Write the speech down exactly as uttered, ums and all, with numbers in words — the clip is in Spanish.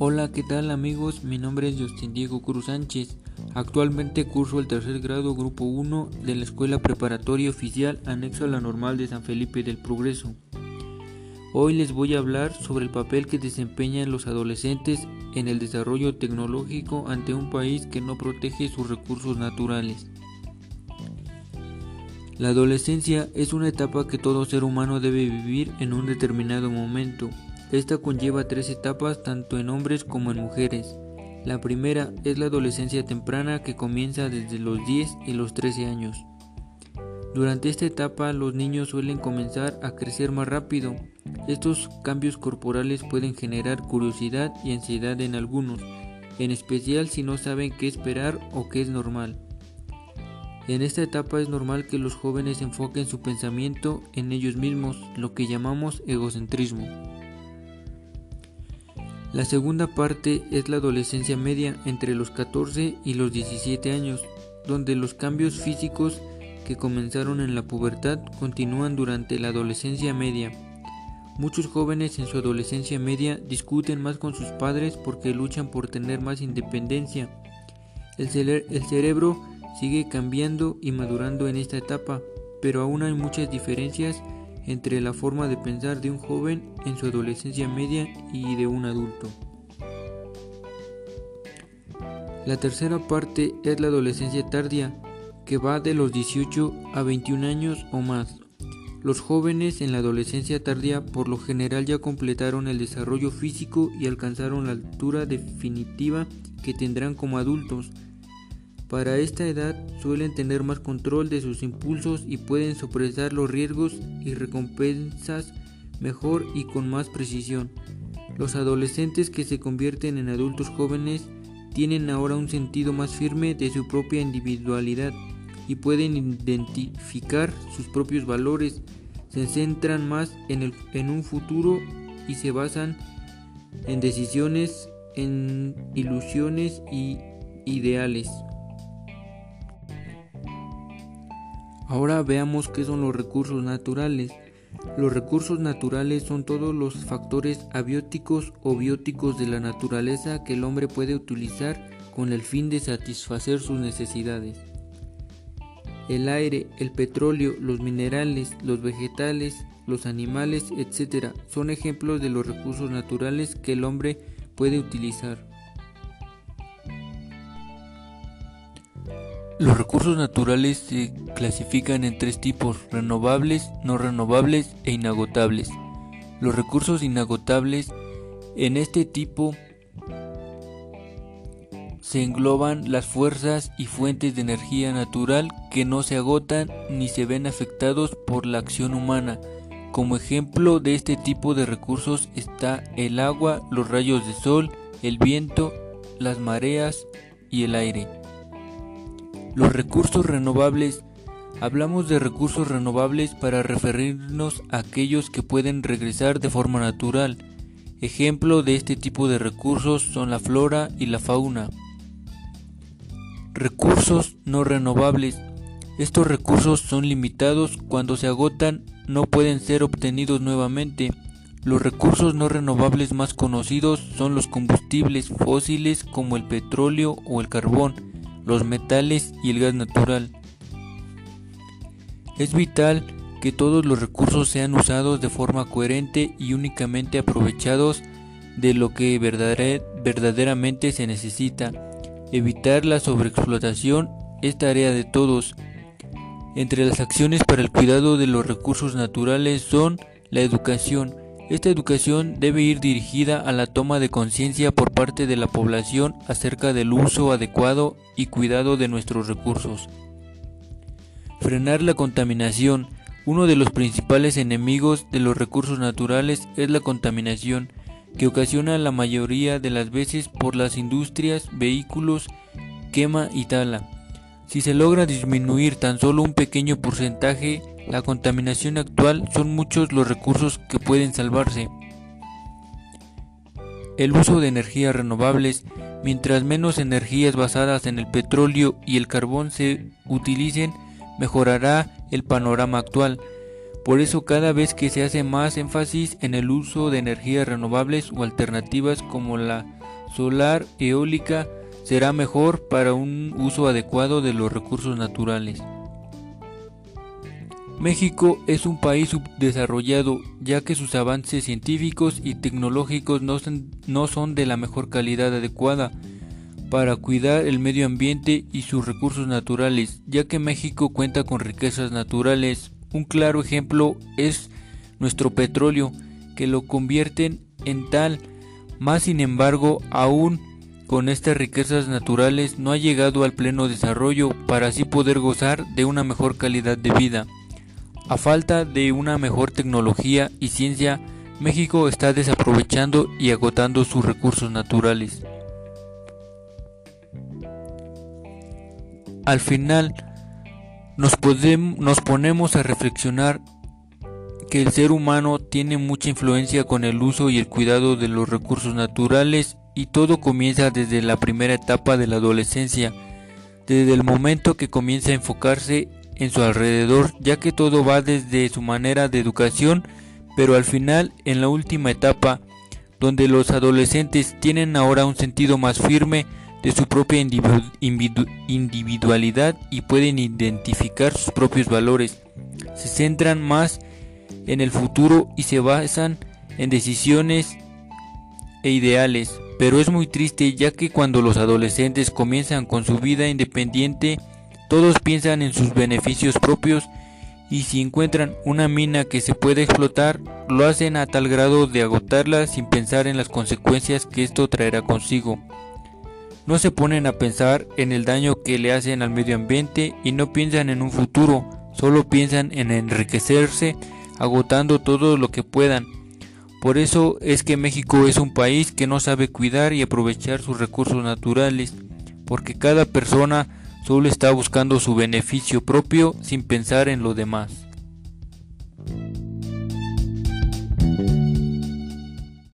Hola, ¿qué tal amigos? Mi nombre es Justin Diego Cruz Sánchez. Actualmente curso el tercer grado Grupo uno de la Escuela Preparatoria Oficial anexo a la Normal de San Felipe del Progreso. Hoy les voy a hablar sobre el papel que desempeñan los adolescentes en el desarrollo tecnológico ante un país que no protege sus recursos naturales. La adolescencia es una etapa que todo ser humano debe vivir en un determinado momento. Esta conlleva tres etapas tanto en hombres como en mujeres. La primera es la adolescencia temprana que comienza desde los diez y los trece años. Durante esta etapa los niños suelen comenzar a crecer más rápido. Estos cambios corporales pueden generar curiosidad y ansiedad en algunos, en especial si no saben qué esperar o qué es normal. En esta etapa es normal que los jóvenes enfoquen su pensamiento en ellos mismos, lo que llamamos egocentrismo. La segunda parte es la adolescencia media entre los catorce y los diecisiete años, donde los cambios físicos que comenzaron en la pubertad continúan durante la adolescencia media. Muchos jóvenes en su adolescencia media discuten más con sus padres porque luchan por tener más independencia. El, cere- el cerebro sigue cambiando y madurando en esta etapa, pero aún hay muchas diferencias entre la forma de pensar de un joven en su adolescencia media y de un adulto. La tercera parte es la adolescencia tardía, que va de los dieciocho a veintiún años o más. Los jóvenes en la adolescencia tardía por lo general ya completaron el desarrollo físico y alcanzaron la altura definitiva que tendrán como adultos. Para esta edad suelen tener más control de sus impulsos y pueden sopesar los riesgos y recompensas mejor y con más precisión. Los adolescentes que se convierten en adultos jóvenes tienen ahora un sentido más firme de su propia individualidad y pueden identificar sus propios valores, se centran más en, el, en un futuro y se basan en decisiones, en ilusiones y ideales. Ahora veamos qué son los recursos naturales. Los recursos naturales son todos los factores abióticos o bióticos de la naturaleza que el hombre puede utilizar con el fin de satisfacer sus necesidades. El aire, el petróleo, los minerales, los vegetales, los animales, etcétera son ejemplos de los recursos naturales que el hombre puede utilizar. Los recursos naturales se clasifican en tres tipos: renovables, no renovables e inagotables. Los recursos inagotables en este tipo se engloban las fuerzas y fuentes de energía natural que no se agotan ni se ven afectados por la acción humana. Como ejemplo de este tipo de recursos está el agua, los rayos de sol, el viento, las mareas y el aire. Los recursos renovables. Hablamos de recursos renovables para referirnos a aquellos que pueden regresar de forma natural. Ejemplo de este tipo de recursos son la flora y la fauna. Recursos no renovables. Estos recursos son limitados, cuando se agotan no pueden ser obtenidos nuevamente. Los recursos no renovables más conocidos son los combustibles fósiles como el petróleo o el carbón, los metales y el gas natural. Es vital que todos los recursos sean usados de forma coherente y únicamente aprovechados de lo que verdaderamente se necesita. Evitar la sobreexplotación es tarea de todos. Entre las acciones para el cuidado de los recursos naturales son la educación. Esta educación debe ir dirigida a la toma de conciencia por parte de la población acerca del uso adecuado y cuidado de nuestros recursos. Frenar la contaminación. Uno de los principales enemigos de los recursos naturales es la contaminación, que ocasiona la mayoría de las veces por las industrias, vehículos, quema y tala. Si se logra disminuir tan solo un pequeño porcentaje la contaminación actual, son muchos los recursos que pueden salvarse. El uso de energías renovables. Mientras menos energías basadas en el petróleo y el carbón se utilicen, mejorará el panorama actual. Por eso cada vez que se hace más énfasis en el uso de energías renovables o alternativas como la solar, eólica, será mejor para un uso adecuado de los recursos naturales. México es un país subdesarrollado, ya que sus avances científicos y tecnológicos no son, no son de la mejor calidad adecuada para cuidar el medio ambiente y sus recursos naturales, ya que México cuenta con riquezas naturales. Un claro ejemplo es nuestro petróleo, que lo convierten en tal, más sin embargo, aún con estas riquezas naturales no ha llegado al pleno desarrollo para así poder gozar de una mejor calidad de vida. A falta de una mejor tecnología y ciencia, México está desaprovechando y agotando sus recursos naturales. Al final, nos, podemos, nos ponemos a reflexionar que el ser humano tiene mucha influencia con el uso y el cuidado de los recursos naturales, y todo comienza desde la primera etapa de la adolescencia, desde el momento que comienza a enfocarse en su alrededor, ya que todo va desde su manera de educación, pero al final, en la última etapa, donde los adolescentes tienen ahora un sentido más firme de su propia individu- individualidad y pueden identificar sus propios valores, se centran más en el futuro y se basan en decisiones e ideales. Pero es muy triste, ya que cuando los adolescentes comienzan con su vida independiente, todos piensan en sus beneficios propios, y si encuentran una mina que se puede explotar, lo hacen a tal grado de agotarla sin pensar en las consecuencias que esto traerá consigo. No se ponen a pensar en el daño que le hacen al medio ambiente y no piensan en un futuro, solo piensan en enriquecerse, agotando todo lo que puedan. Por eso es que México es un país que no sabe cuidar y aprovechar sus recursos naturales, porque cada persona solo está buscando su beneficio propio sin pensar en lo demás.